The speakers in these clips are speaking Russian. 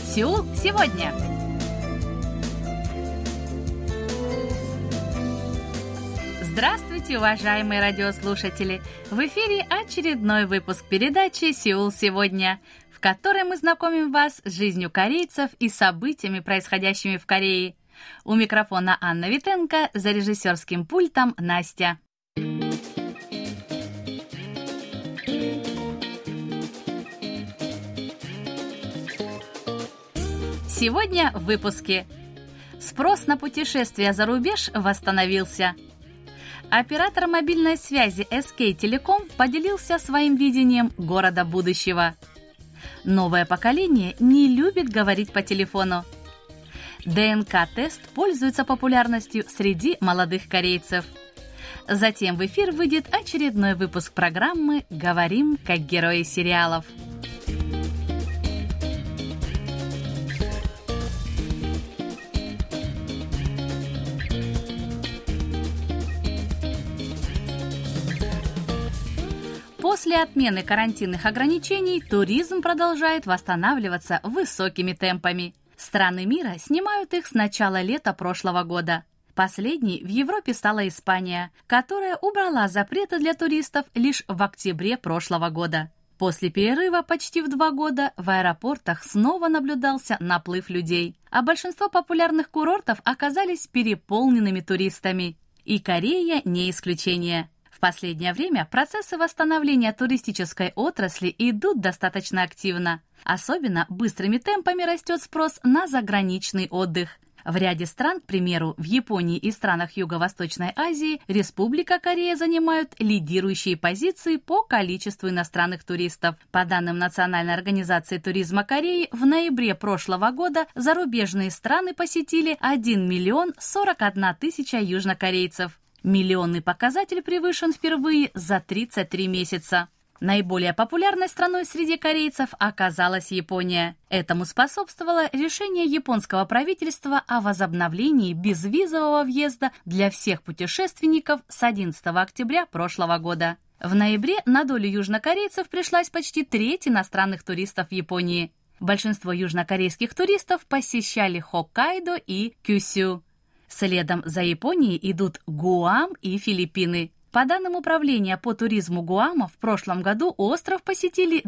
Сеул сегодня. Здравствуйте, уважаемые радиослушатели! В эфире очередной выпуск передачи «Сеул сегодня», в которой мы знакомим вас с жизнью корейцев и событиями, происходящими в Корее. У микрофона Анна Витенко, за режиссерским пультом Настя. Сегодня в выпуске. Спрос на путешествия за рубеж восстановился. Оператор мобильной связи SK Telecom поделился своим видением города будущего. Новое поколение не любит говорить по телефону. ДНК-тест пользуется популярностью среди молодых корейцев. Затем в эфир выйдет очередной выпуск программы «Говорим как герои сериалов». После отмены карантинных ограничений туризм продолжает восстанавливаться высокими темпами. Страны мира снимают их с начала лета прошлого года. Последней в Европе стала Испания, которая убрала запреты для туристов лишь в октябре прошлого года. После перерыва почти в 2 года в аэропортах снова наблюдался наплыв людей, а большинство популярных курортов оказались переполненными туристами. И Корея не исключение. В последнее время процессы восстановления туристической отрасли идут достаточно активно. Особенно быстрыми темпами растет спрос на заграничный отдых. В ряде стран, к примеру, в Японии и странах Юго-Восточной Азии, Республика Корея занимают лидирующие позиции по количеству иностранных туристов. По данным Национальной организации туризма Кореи, в ноябре прошлого года зарубежные страны посетили 1 миллион 41 тысяча южнокорейцев. Миллионный показатель превышен впервые за 33 месяца. Наиболее популярной страной среди корейцев оказалась Япония. Этому способствовало решение японского правительства о возобновлении безвизового въезда для всех путешественников с 11 октября прошлого года. В ноябре на долю южнокорейцев пришлась почти треть иностранных туристов в Японии. Большинство южнокорейских туристов посещали Хоккайдо и Кюсю. Следом за Японией идут Гуам и Филиппины. По данным Управления по туризму Гуама, в прошлом году остров посетили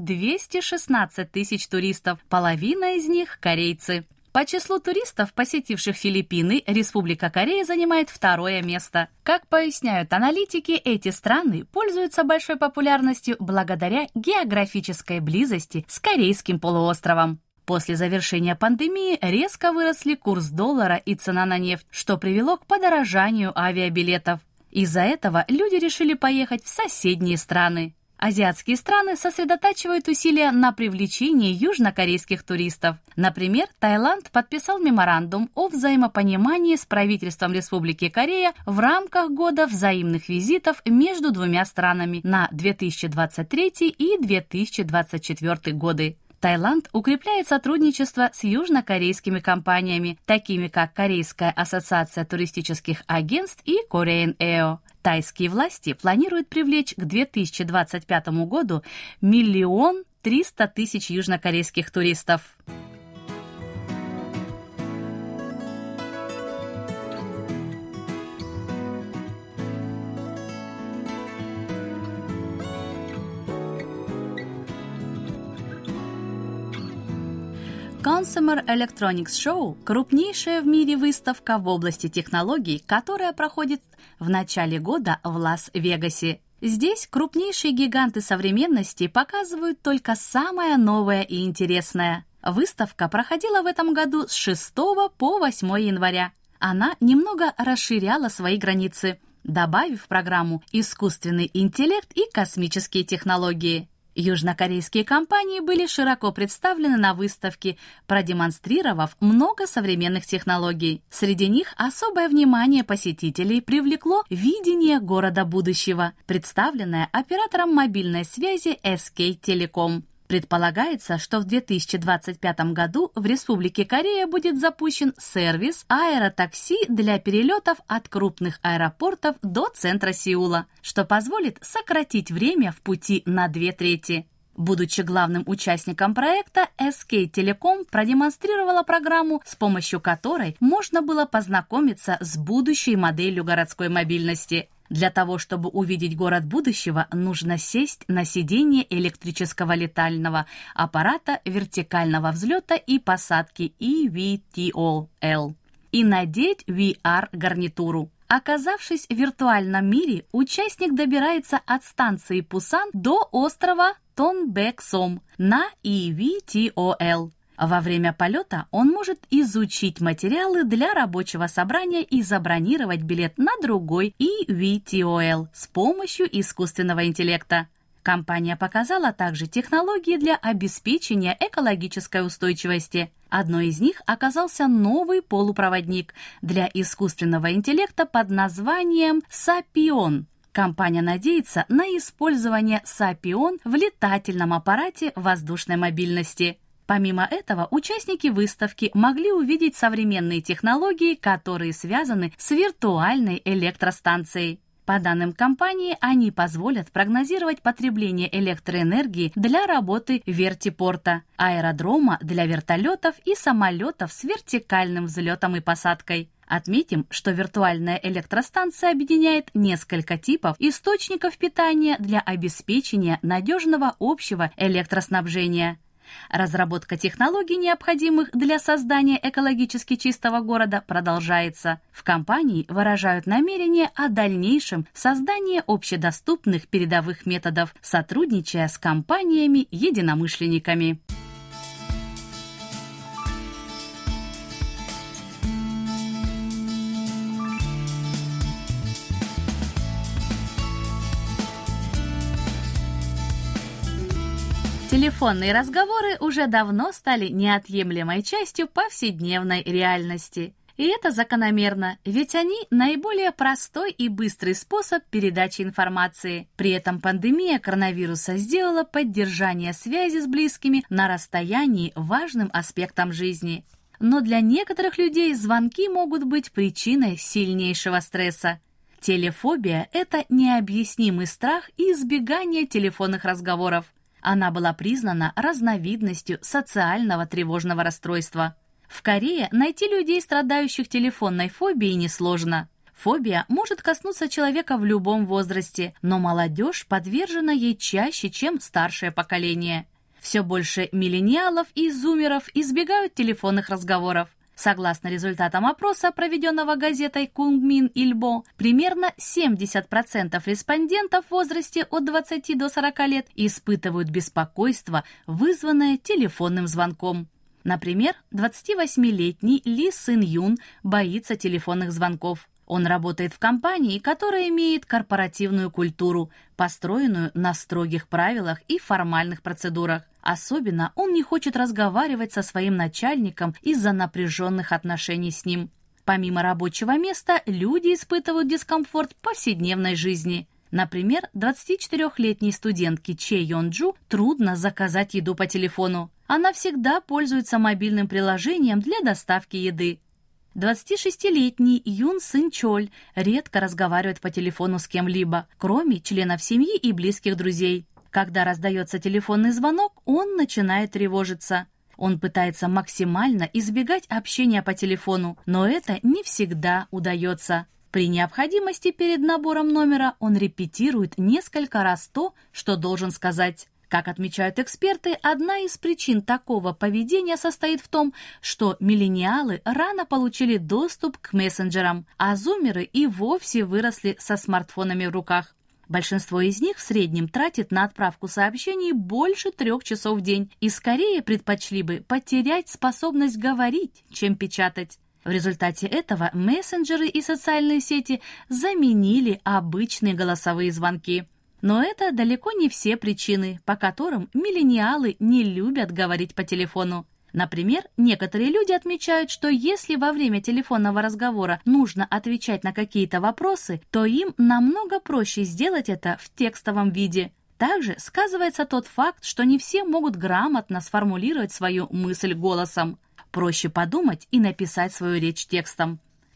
216 тысяч туристов, половина из них – корейцы. По числу туристов, посетивших Филиппины, Республика Корея занимает 2-е место. Как поясняют аналитики, эти страны пользуются большой популярностью благодаря географической близости с Корейским полуостровом. После завершения пандемии резко выросли курс доллара и цена на нефть, что привело к подорожанию авиабилетов. Из-за этого люди решили поехать в соседние страны. Азиатские страны сосредотачивают усилия на привлечении южнокорейских туристов. Например, Таиланд подписал меморандум о взаимопонимании с правительством Республики Корея в рамках года взаимных визитов между двумя странами на 2023 и 2024 годы. Таиланд укрепляет сотрудничество с южнокорейскими компаниями, такими как Корейская ассоциация туристических агентств и Korean Air. Тайские власти планируют привлечь к 2025 году 1 300 000 южнокорейских туристов. Consumer Electronics Show – крупнейшая в мире выставка в области технологий, которая проходит в начале года в Лас-Вегасе. Здесь крупнейшие гиганты современности показывают только самое новое и интересное. Выставка проходила в этом году с 6 по 8 января. Она немного расширяла свои границы, добавив в программу искусственный интеллект и космические технологии. Южнокорейские компании были широко представлены на выставке, продемонстрировав много современных технологий. Среди них особое внимание посетителей привлекло видение города будущего, представленное оператором мобильной связи SK Telecom. Предполагается, что в 2025 году в Республике Корея будет запущен сервис аэротакси для перелетов от крупных аэропортов до центра Сеула, что позволит сократить время в пути на 2/3. Будучи главным участником проекта, SK Telecom продемонстрировала программу, с помощью которой можно было познакомиться с будущей моделью городской мобильности. Для того, чтобы увидеть город будущего, нужно сесть на сиденье электрического летального аппарата вертикального взлета и посадки eVTOL и надеть VR-гарнитуру. Оказавшись в виртуальном мире, участник добирается от станции Пусан до острова Тонбек-Сом на eVTOL. Во время полета он может изучить материалы для рабочего собрания и забронировать билет на другой eVTOL с помощью искусственного интеллекта. Компания показала также технологии для обеспечения экологической устойчивости. Одной из них оказался новый полупроводник для искусственного интеллекта под названием Sapion. Компания надеется на использование Sapion в летательном аппарате воздушной мобильности. Помимо этого, участники выставки могли увидеть современные технологии, которые связаны с виртуальной электростанцией. По данным компании, они позволят прогнозировать потребление электроэнергии для работы вертипорта, аэродрома для вертолетов и самолетов с вертикальным взлетом и посадкой. Отметим, что виртуальная электростанция объединяет несколько типов источников питания для обеспечения надежного общего электроснабжения. Разработка технологий, необходимых для создания экологически чистого города, продолжается. В компании выражают намерение о дальнейшем создании общедоступных передовых методов, сотрудничая с компаниями-единомышленниками. Телефонные разговоры уже давно стали неотъемлемой частью повседневной реальности. И это закономерно, ведь они наиболее простой и быстрый способ передачи информации. При этом пандемия коронавируса сделала поддержание связи с близкими на расстоянии важным аспектом жизни. Но для некоторых людей звонки могут быть причиной сильнейшего стресса. Телефобия – это необъяснимый страх и избегание телефонных разговоров. Она была признана разновидностью социального тревожного расстройства. В Корее найти людей, страдающих телефонной фобией, несложно. Фобия может коснуться человека в любом возрасте, но молодежь подвержена ей чаще, чем старшее поколение. Все больше миллениалов и зумеров избегают телефонных разговоров. Согласно результатам опроса, проведенного газетой Кунгмин Ильбо, примерно 70% респондентов в возрасте от 20 до 40 лет испытывают беспокойство, вызванное телефонным звонком. Например, 28-летний Ли Сын Юн боится телефонных звонков. Он работает в компании, которая имеет корпоративную культуру, построенную на строгих правилах и формальных процедурах. Особенно он не хочет разговаривать со своим начальником из-за напряженных отношений с ним. Помимо рабочего места, люди испытывают дискомфорт в повседневной жизни. Например, 24-летней студентке Че Йон Джу трудно заказать еду по телефону. Она всегда пользуется мобильным приложением для доставки еды. 26-летний Юн Сын Чоль редко разговаривает по телефону с кем-либо, кроме членов семьи и близких друзей. Когда раздается телефонный звонок, он начинает тревожиться. Он пытается максимально избегать общения по телефону, но это не всегда удается. При необходимости перед набором номера он репетирует несколько раз то, что должен сказать. Как отмечают эксперты, одна из причин такого поведения состоит в том, что миллениалы рано получили доступ к мессенджерам, а зумеры и вовсе выросли со смартфонами в руках. Большинство из них в среднем тратит на отправку сообщений больше 3 часов в день и скорее предпочли бы потерять способность говорить, чем печатать. В результате этого мессенджеры и социальные сети заменили обычные голосовые звонки. Но это далеко не все причины, по которым миллениалы не любят говорить по телефону. Например, некоторые люди отмечают, что если во время телефонного разговора нужно отвечать на какие-то вопросы, то им намного проще сделать это в текстовом виде. Также сказывается тот факт, что не все могут грамотно сформулировать свою мысль голосом. Проще подумать и написать свою речь текстом.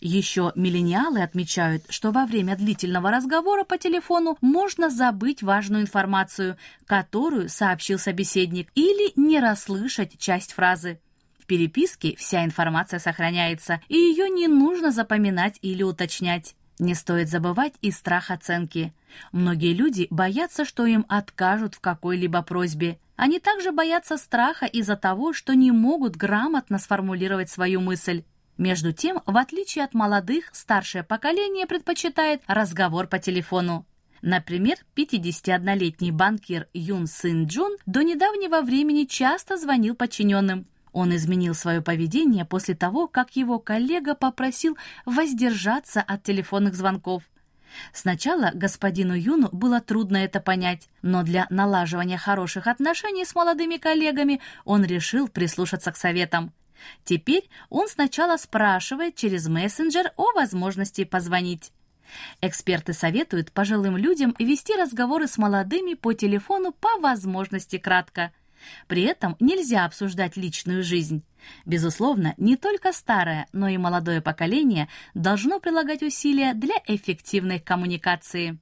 Еще миллениалы отмечают, что во время длительного разговора по телефону можно забыть важную информацию, которую сообщил собеседник, или не расслышать часть фразы. В переписке вся информация сохраняется, и ее не нужно запоминать или уточнять. Не стоит забывать и страх оценки. Многие люди боятся, что им откажут в какой-либо просьбе. Они также боятся страха из-за того, что не могут грамотно сформулировать свою мысль. Между тем, в отличие от молодых, старшее поколение предпочитает разговор по телефону. Например, 51-летний банкир Юн Сын Джун до недавнего времени часто звонил подчиненным. Он изменил свое поведение после того, как его коллега попросил воздержаться от телефонных звонков. Сначала господину Юну было трудно это понять, но для налаживания хороших отношений с молодыми коллегами он решил прислушаться к советам. Теперь он сначала спрашивает через мессенджер о возможности позвонить. Эксперты советуют пожилым людям вести разговоры с молодыми по телефону по возможности кратко. При этом нельзя обсуждать личную жизнь. Безусловно, не только старое, но и молодое поколение должно прилагать усилия для эффективной коммуникации.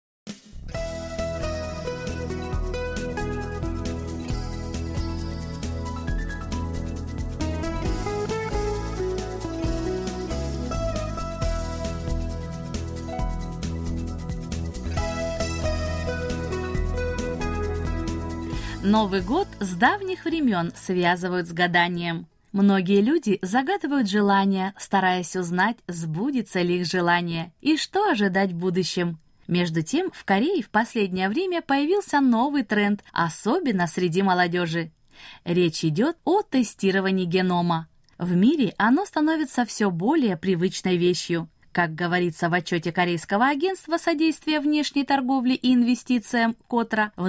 Новый год с давних времен связывают с гаданием. Многие люди загадывают желания, стараясь узнать, сбудется ли их желание и что ожидать в будущем. Между тем, в Корее в последнее время появился новый тренд, особенно среди молодежи. Речь идет о тестировании генома. В мире оно становится все более привычной вещью. Как говорится в отчете Корейского агентства содействия внешней торговле и инвестициям КОТРА, в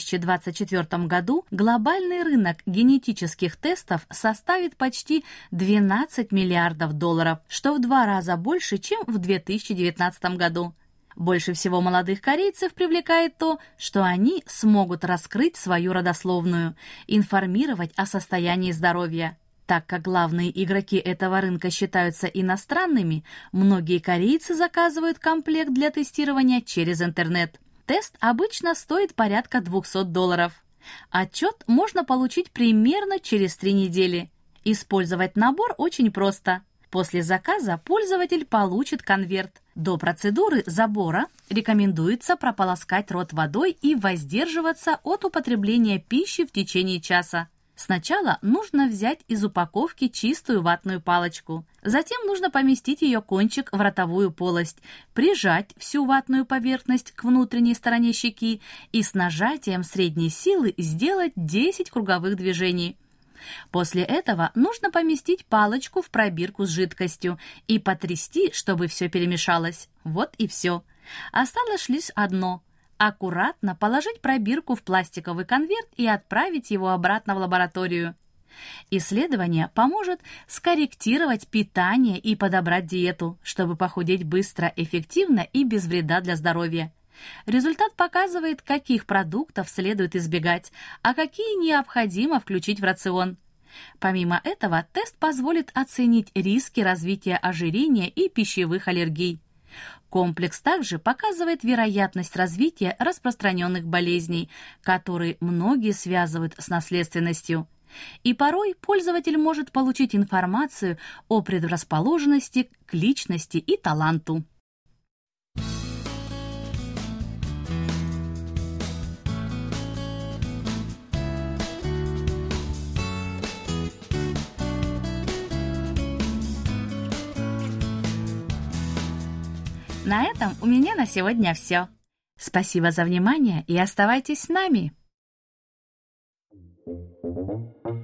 2024 году глобальный рынок генетических тестов составит почти 12 миллиардов долларов, что в 2 раза больше, чем в 2019 году. Больше всего молодых корейцев привлекает то, что они смогут раскрыть свою родословную, информировать о состоянии здоровья. Так как главные игроки этого рынка считаются иностранными, многие корейцы заказывают комплект для тестирования через интернет. Тест обычно стоит порядка $200. Отчет можно получить примерно через 3 недели. Использовать набор очень просто. После заказа пользователь получит конверт. До процедуры забора рекомендуется прополоскать рот водой и воздерживаться от употребления пищи в течение часа. Сначала нужно взять из упаковки чистую ватную палочку. Затем нужно поместить ее кончик в ротовую полость, прижать всю ватную поверхность к внутренней стороне щеки и с нажатием средней силы сделать 10 круговых движений. После этого нужно поместить палочку в пробирку с жидкостью и потрясти, чтобы все перемешалось. Вот и все. Осталось лишь одно – аккуратно положить пробирку в пластиковый конверт и отправить его обратно в лабораторию. Исследование поможет скорректировать питание и подобрать диету, чтобы похудеть быстро, эффективно и без вреда для здоровья. Результат показывает, каких продуктов следует избегать, а какие необходимо включить в рацион. Помимо этого, тест позволит оценить риски развития ожирения и пищевых аллергий. Комплекс также показывает вероятность развития распространенных болезней, которые многие связывают с наследственностью. И порой пользователь может получить информацию о предрасположенности к личности и таланту. На этом у меня на сегодня все. Спасибо за внимание и оставайтесь с нами.